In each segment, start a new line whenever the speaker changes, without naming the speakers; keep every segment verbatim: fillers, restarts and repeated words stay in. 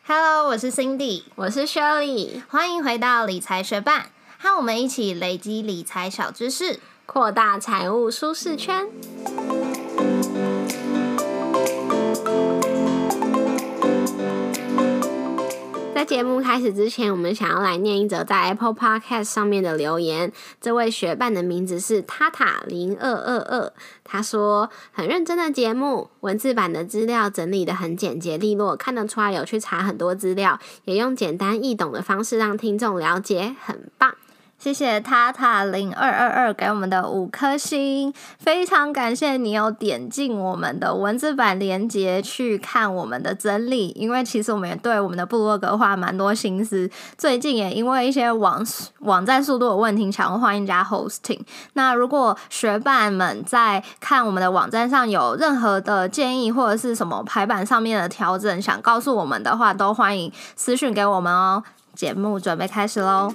Hello， 我是 Cindy，
我是 Shirley，
欢迎回到理财学伴，和我们一起累积理财小知识，
扩大财务舒适圈。在节目开始之前，我们想要来念一则在 Apple Podcast 上面的留言。这位学伴的名字是 Tata 零二二二，他说很认真的节目，文字版的资料整理得很简洁利落，看得出来有去查很多资料，也用简单易懂的方式让听众了解，很棒。
谢谢塔塔零二二二给我们的五颗星，非常感谢你有点进我们的文字版连结去看我们的整理，因为其实我们也对我们的部落格花蛮多心思，最近也因为一些网网站速度的问题，想要换一家 hosting。那如果学伴们在看我们的网站上有任何的建议，或者是什么排版上面的调整，想告诉我们的话，都欢迎私讯给我们哦。节目准备开始咯。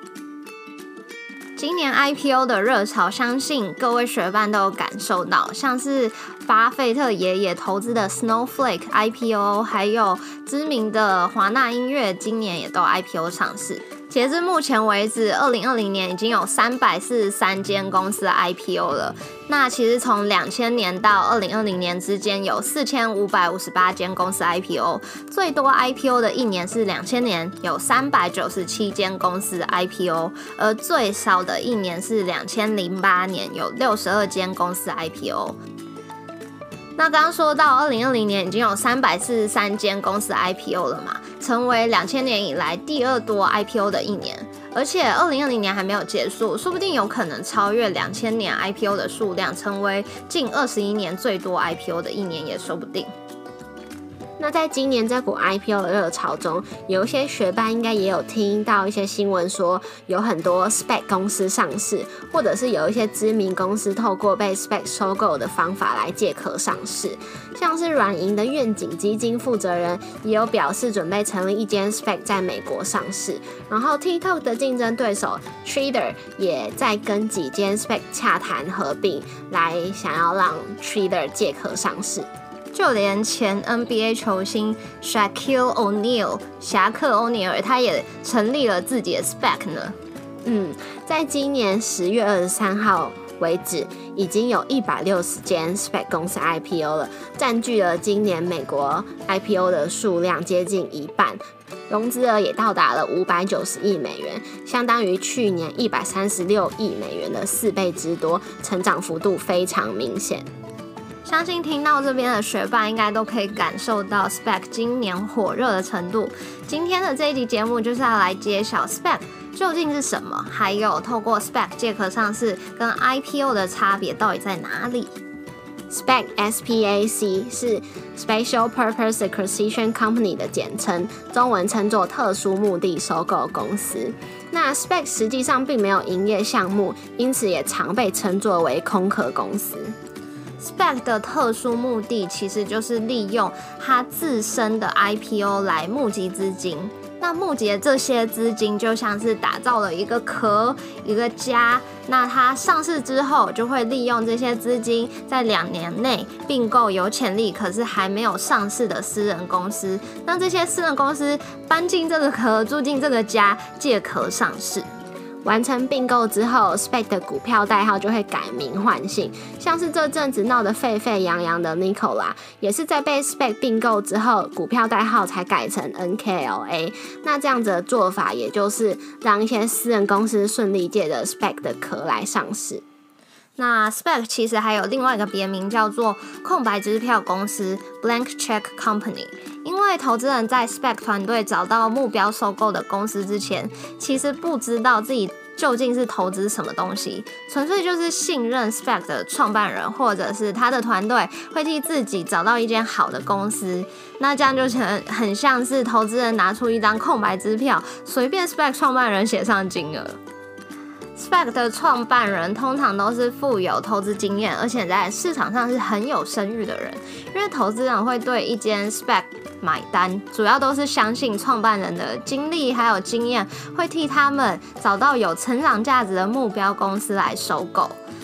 今年 I P O 的热潮，相信各位学伴都有感受到，像是巴菲特爷爷投资的 Snowflake I P O， 还有知名的华纳音乐今年也都 I P O 上市。截至目前为止，二零二零年已经有三百四十三间公司的 I P O 了。那其实从两千年到二零二零年之间，有四千五百五十八间公司 I P O， 最多 I P O 的一年是两千年，有三百九十七间公司 I P O， 而最少的一年是两千零八年，有六十二间公司 I P O。那刚刚说到二零二零年已经有三百四十三间公司 I P O 了嘛，成为两千年以来第二多 I P O 的一年，而且二零二零年还没有结束，说不定有可能超越两千年 I P O 的数量，成为近二十一年最多 I P O 的一年也说不定。
那在今年这股 I P O 的热潮中，有一些学伴应该也有听到一些新闻说，有很多 S P A C 公司上市，或者是有一些知名公司透过被 S P A C 收购的方法来借壳上市。像是软银的愿景基金负责人也有表示准备成立一间 S P A C 在美国上市，然后 TikTok 的竞争对手 Trader 也在跟几间 S P A C 洽谈合并，来想要让 Trader 借壳上市。
就连前 N B A 球星 Shaquille O'Neal 侠客欧尼尔，他也成立了自己的 S P A C 呢。
嗯，在今年十月二十三号为止，已经有一百六十间 S P A C 公司 I P O 了，占据了今年美国 I P O 的数量接近一半，融资额也到达了五百九十亿美元，相当于去年一百三十六亿美元的四倍之多，成长幅度非常明显。
相信听到这边的学伴应该都可以感受到 S P A C 今年火热的程度。今天的这一集节目就是要来揭晓 S P A C 究竟是什么，还有透过 S P A C 借壳上市跟 I P O 的差别到底在哪里。
S P A C S P A C 是 Special Purpose Acquisition Company 的简称，中文称作特殊目的收购公司。那 S P A C 实际上并没有营业项目，因此也常被称作为空壳公司。
S P A C 的特殊目的其实就是利用它自身的 I P O 来募集资金。那募集的这些资金就像是打造了一个壳，一个家。那它上市之后，就会利用这些资金，在两年内并购有潜力可是还没有上市的私人公司。让这些私人公司搬进这个壳，住进这个家，借壳上市。
完成并购之后 ，S P A C 的股票代号就会改名换姓，像是这阵子闹得沸沸扬扬的 Nikola， 也是在被 S P A C 并购之后，股票代号才改成 N K L A。那这样子的做法，也就是让一些私人公司顺利借着 S P A C 的壳来上市。
那 S P A C 其实还有另外一个别名叫做空白支票公司 Blank Check Company， 因为投资人在 S P A C 团队找到目标收购的公司之前，其实不知道自己究竟是投资什么东西，纯粹就是信任 S P A C 的创办人或者是他的团队会替自己找到一间好的公司。那这样就很很像是投资人拿出一张空白支票，随便 S P A C 创办人写上金额。S P A C 的创办人通常都是富有投资经验，而且在市场上是很有声誉的人，因为投资人会对一间 S P A C 买单，主要都是相信创办人的经历还有经验，会替他们找到有成长价值的目标公司来收购。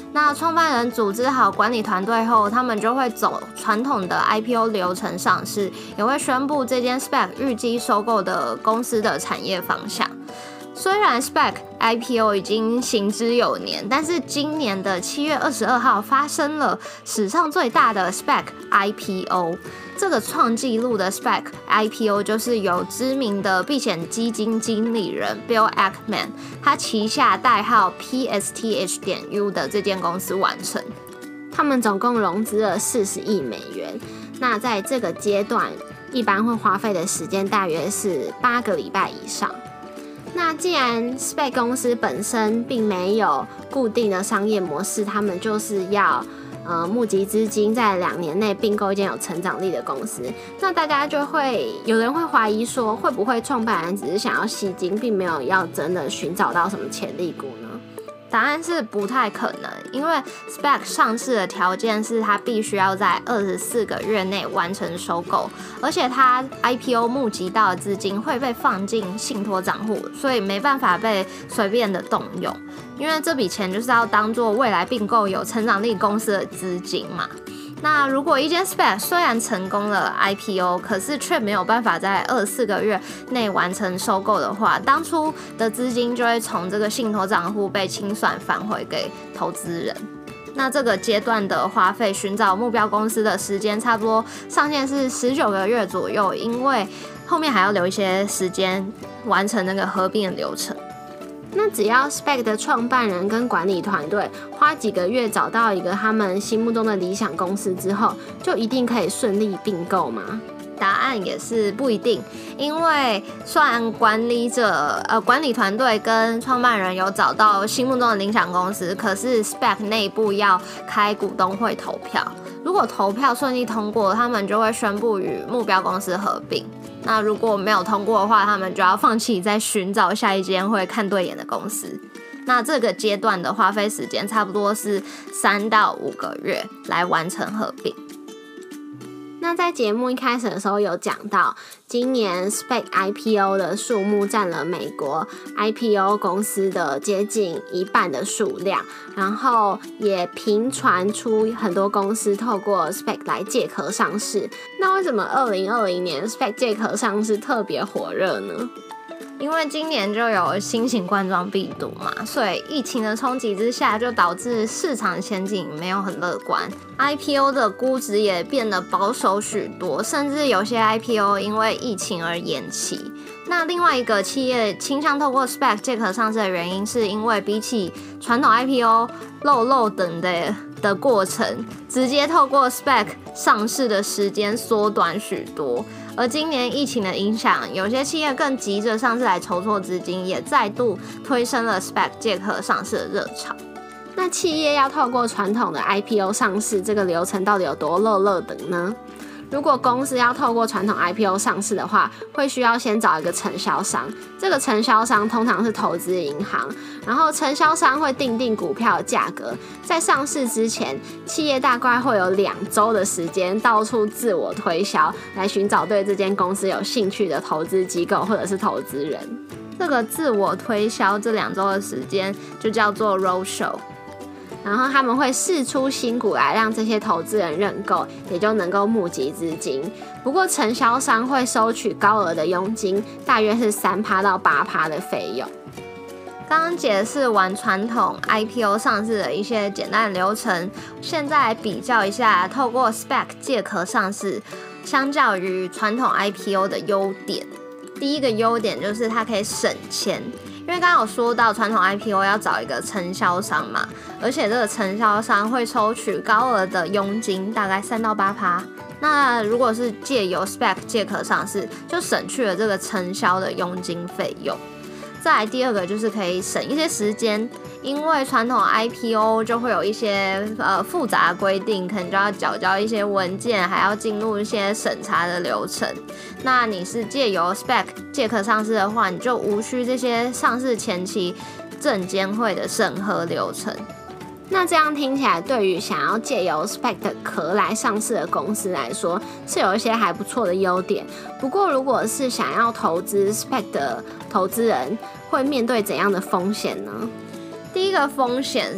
那创办人组织好管理团队后，他们就会走传统的 I P O 流程上市，也会宣布这间 S P A C 预计收购的公司的产业方向。虽然 S P A C I P O 已经行之有年，但是今年的七月二十二号发生了史上最大的 S P A C I P O。这个创纪录的 S P A C I P O 就是由知名的避险基金经理人 Bill Ackman 他旗下代号 P S T H 点 U 的这间公司完成。
他们总共融资了四十亿美元。那在这个阶段，一般会花费的时间大约是八个礼拜以上。那既然 S P A C 公司本身并没有固定的商业模式，他们就是要呃募集资金，在两年内并购一间有成长力的公司。那大家就会有人会怀疑说，会不会创办人只是想要吸金，并没有要真的寻找到什么潜力股呢？
答案是不太可能，因为 S P A C 上市的条件是它必须要在二十四个月内完成收购，而且它 I P O 募集到的资金会被放进信托账户，所以没办法被随便的动用，因为这笔钱就是要当做未来并购有成长力公司的资金嘛。那如果一间 S P A C 虽然成功了 I P O， 可是却没有办法在二十四个月内完成收购的话，当初的资金就会从这个信托账户被清算返回给投资人。那这个阶段的花费寻找目标公司的时间差不多上限是十九个月左右，因为后面还要留一些时间完成那个合并的流程。
那只要 S P A C 的创办人跟管理团队花几个月找到一个他们心目中的理想公司之后，就一定可以顺利并购吗？
答案也是不一定，因为虽然管理者呃管理团队跟创办人有找到心目中的理想公司，可是 S P A C 内部要开股东会投票，如果投票顺利通过，他们就会宣布与目标公司合并。那如果没有通过的话，他们就要放弃再寻找下一间会看对眼的公司。那这个阶段的花费时间差不多是三到五个月来完成合并。
那在节目一开始的时候有讲到，今年 S P A C I P O 的数目占了美国 I P O 公司的接近一半的数量，然后也频传出很多公司透过 S P A C 来借壳上市。那为什么二零二零年 S P A C 借壳上市特别火热呢？
因为今年就有新型冠状病毒嘛，所以疫情的冲击之下，就导致市场前景没有很乐观。I P O 的估值也变得保守许多，甚至有些 I P O 因为疫情而延期。那另外一个企业倾向透过 S P A C 借壳上市的原因，是因为比起传统 I P O 漏漏等的的过程，直接透过 S P A C 上市的时间缩短许多。而今年疫情的影响，有些企业更急着上市来筹措资金，也再度推升了 S P A C 借壳上市的热潮。
那企业要透过传统的 I P O 上市，这个流程到底有多漏漏等呢？如果公司要透过传统 I P O 上市的话，会需要先找一个承销商，这个承销商通常是投资银行，然后承销商会订定股票的价格。在上市之前，企业大概会有两周的时间到处自我推销，来寻找对这间公司有兴趣的投资机构或者是投资人。
这个自我推销这两周的时间就叫做 roadshow。
然后他们会释出新股来让这些投资人认购，也就能够募集资金。不过承销商会收取高额的佣金，大约是三趴到八趴的费用。
刚刚解释完传统 I P O 上市的一些简单的流程，现在来比较一下透过 S P A C 借壳上市相较于传统 I P O 的优点。第一个优点就是它可以省钱，因为刚刚有说到传统 I P O 要找一个承销商嘛，而且这个承销商会抽取高额的佣金，大概三到八趴。那如果是借由 S P A C 借壳上市，就省去了这个承销的佣金费用。再来第二个就是可以省一些时间，因为传统 I P O 就会有一些呃复杂的规定，可能就要缴交一些文件，还要进入一些审查的流程。那你是借由 S P A C 借壳上市的话，你就无需这些上市前期证监会的审核流程。
那这样听起来，对于想要借由 S P A C 的壳来上市的公司来说，是有一些还不错的优点。不过，如果是想要投资 S P A C 的投资人，会面对怎样的风险呢？
第一个风险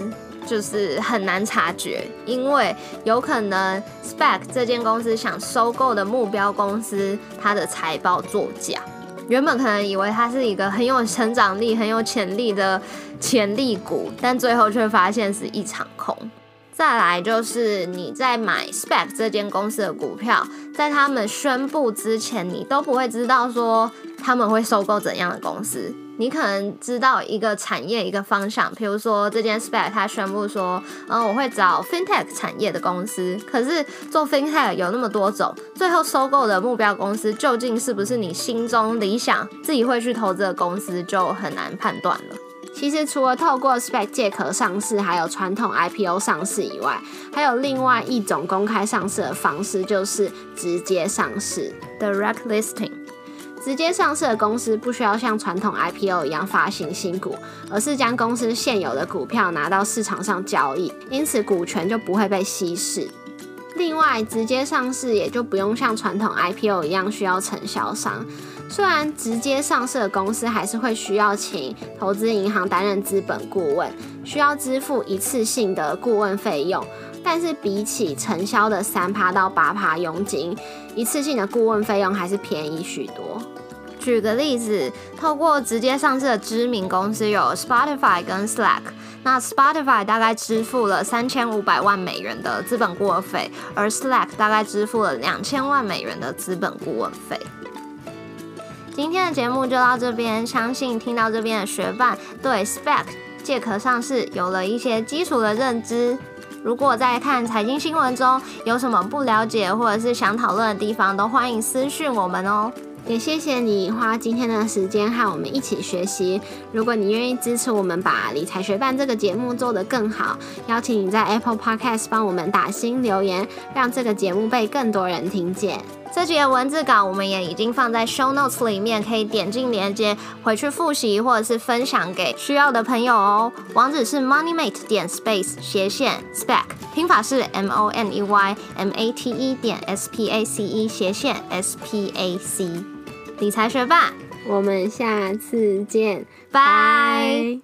就是很难察觉，因为有可能 S P A C 这间公司想收购的目标公司，它的财报作假。原本可能以为它是一个很有成长力、很有潜力的潜力股，但最后却发现是一场空。再来就是你在买 S P A C 这间公司的股票，在他们宣布之前，你都不会知道说他们会收购怎样的公司。你可能知道一个产业一个方向，比如说这间 S P A C 它宣布说，嗯，我会找 FinTech 产业的公司，可是做 FinTech 有那么多种，最后收购的目标公司究竟是不是你心中理想自己会去投资的公司，就很难判断了。
其实除了透过 S P A C 借壳上市，还有传统 I P O 上市以外，还有另外一种公开上市的方式，就是直接上市
（Direct Listing）。
直接上市的公司不需要像传统 I P O 一样发行新股，而是将公司现有的股票拿到市场上交易，因此股权就不会被稀释。另外，直接上市也就不用像传统 I P O 一样需要承销商。虽然直接上市的公司还是会需要请投资银行担任资本顾问，需要支付一次性的顾问费用，但是比起承销的 百分之三到百分之八 佣金，一次性的顾问费用还是便宜许多。
举个例子，透过直接上市的知名公司有 Spotify 跟 Slack。那 Spotify 大概支付了三千五百万美元的资本顾问费，而 Slack 大概支付了两千万美元的资本顾问费。今天的节目就到这边，相信听到这边的学伴对 S P A C 借壳上市有了一些基础的认知。如果在看财经新闻中有什么不了解或者是想讨论的地方，都欢迎私讯我们哦。
也谢谢你花今天的时间和我们一起学习。如果你愿意支持我们把理财学伴这个节目做得更好，邀请你在 Apple Podcast 帮我们打星留言，让这个节目被更多人听见。
这集的文字稿我们也已经放在 show notes 里面，可以点进连结回去复习或者是分享给需要的朋友哦。网址是 moneymate 点 space 斜线 S P A C， 拼法是 M O N E Y M A T E 点 S P A C E 斜线 S P A C。 理财学霸，
我们下次见，
拜。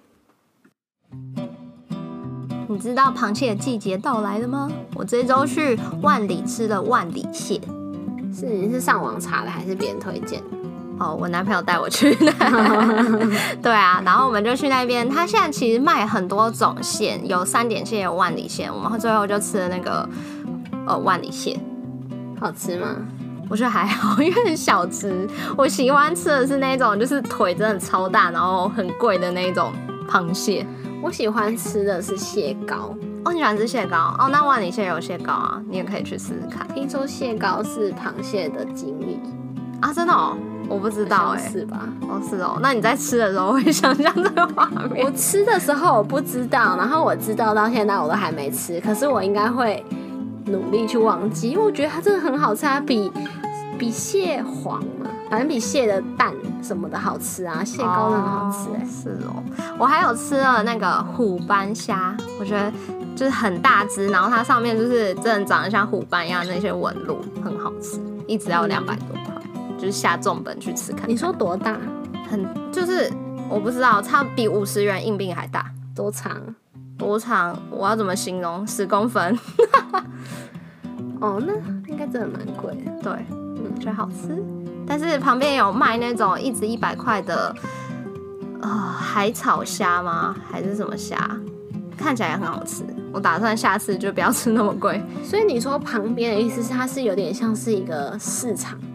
你知道螃蟹的季节到来了吗？我这周去万里吃了万里蟹。
是你是上网查的还是别人推荐？
哦，我男朋友带我去的。对啊，然后我们就去那边，他现在其实卖很多种蟹，有三点蟹，有万里蟹，我们最后就吃了那个呃万里蟹。
好吃吗？
我觉得还好，因为很小只。我喜欢吃的是那种就是腿真的超大，然后很贵的那种螃蟹。
我喜欢吃的是蟹膏。
哦，你喜欢吃蟹膏？哦，那万里蟹有蟹膏啊，你也可以去试试看。
听说蟹膏是螃蟹的精力
啊，真的哦？我不知道哎、欸，
是吧？
哦，是哦。那你在吃的时候会想象这个画面？
我吃的时候我不知道，然后我知道到现在我都还没吃，可是我应该会努力去忘记，因为我觉得它真的很好吃，它比比蟹黄嘛，反正比蟹的蛋什么的好吃啊，蟹膏真的很好吃哎、欸。
是哦，我还有吃了那个虎斑虾，我觉得就是很大只，然后它上面就是真的长得像虎斑一样那些纹路，很好吃，一只要两百多块，就是下重本去吃看看。
你说多大？
很就是我不知道，它比五十元硬币还大。
多长？
多长？我要怎么形容？十公分。
哦，那应该真的蛮贵的。
对，嗯，觉得好吃。但是旁边有卖那种一只一百块的，呃，海草虾吗？还是什么虾？看起来也很好吃。我打算下次就不要吃那么贵。
所以你说旁边的意思是它是有点像是一个市场